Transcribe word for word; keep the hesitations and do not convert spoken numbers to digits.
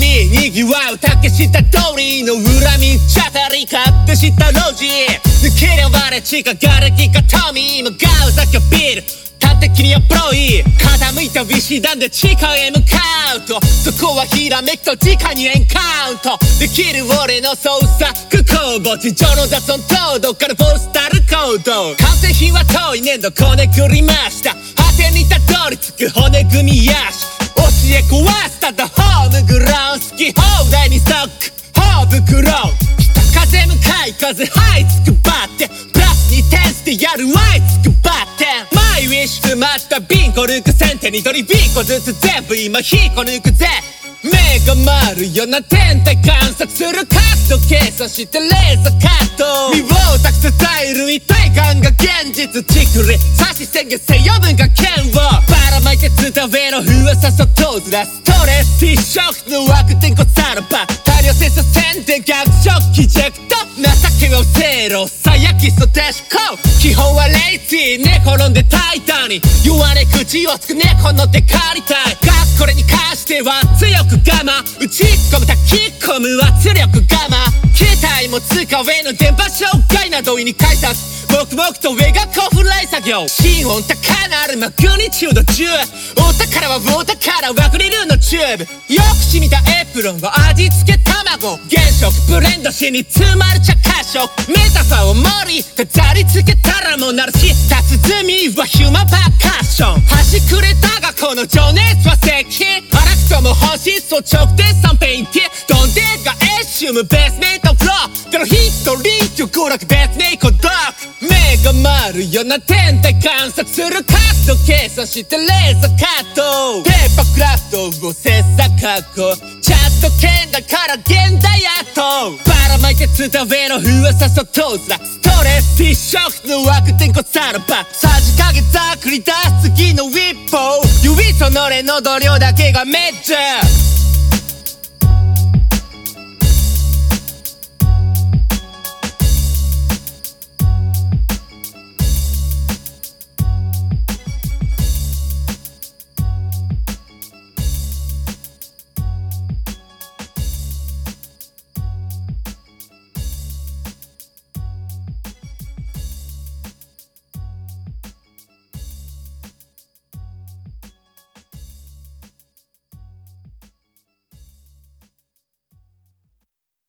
みにぎわう竹下通りの恨みちゃたり勝手した路地抜ければれ地下がれきかトミー向かう先はビル端的にアプロイ傾いたビシ弾で地下へ向かうとそこはひらめきと直にエンカウントできる俺の捜索工房地上の雑音とどっかのポスタルコード完成品は遠い粘土こねくりました果てにたどり着く骨組みやし教え壊しただホームグラウン好き放題にストックホームグロー北風向かい風はいつくばってプラスに転してやるわいつくばってマイウィッシュ詰まったビンコ抜く線手に取りビンコずつ全部今引っこ抜くぜ目が回るような天体観測する角度計算してレーザーカット身を託せ伝える一体感が現実ちくり差し宣言せよ分が剣をばらまいて伝えろ噂そとずらストレス T ショックの悪天候さらば大量生産宣伝学食器ジェクト情けはゼロさやきそでしこ基本はレイジー寝転んでタイタに弱音口をつく猫の手借りたいがこれに関しては強く我慢打ち込む炊き込む圧力我慢携帯も使えぬ電波障害など意に解釈黙々と描くフライ作業心音高なるマグニチュードじゅうお宝はお宝はグリルのチューブよく染みたエプロンは味付け卵原色ブレンドしに詰まる茶褐色メタファーを盛り飾り付けたらもなるし辰積みはヒューマンパーカッション端くれたがこの情熱は石器荒くとも本質を直でサンペインティどんでがエッシュムベースメントフローでのヒストリーと娯楽別に孤独目が回るような天体観測する角度計算してレーザーカットペーパークラフトを切磋琢磨チャット圏だから現代アートばらまいて伝えろ噂そとずらストレス T ショックの悪天候さらばさじ加減ざくり出す次の一歩指そのれの度量だけがメジャー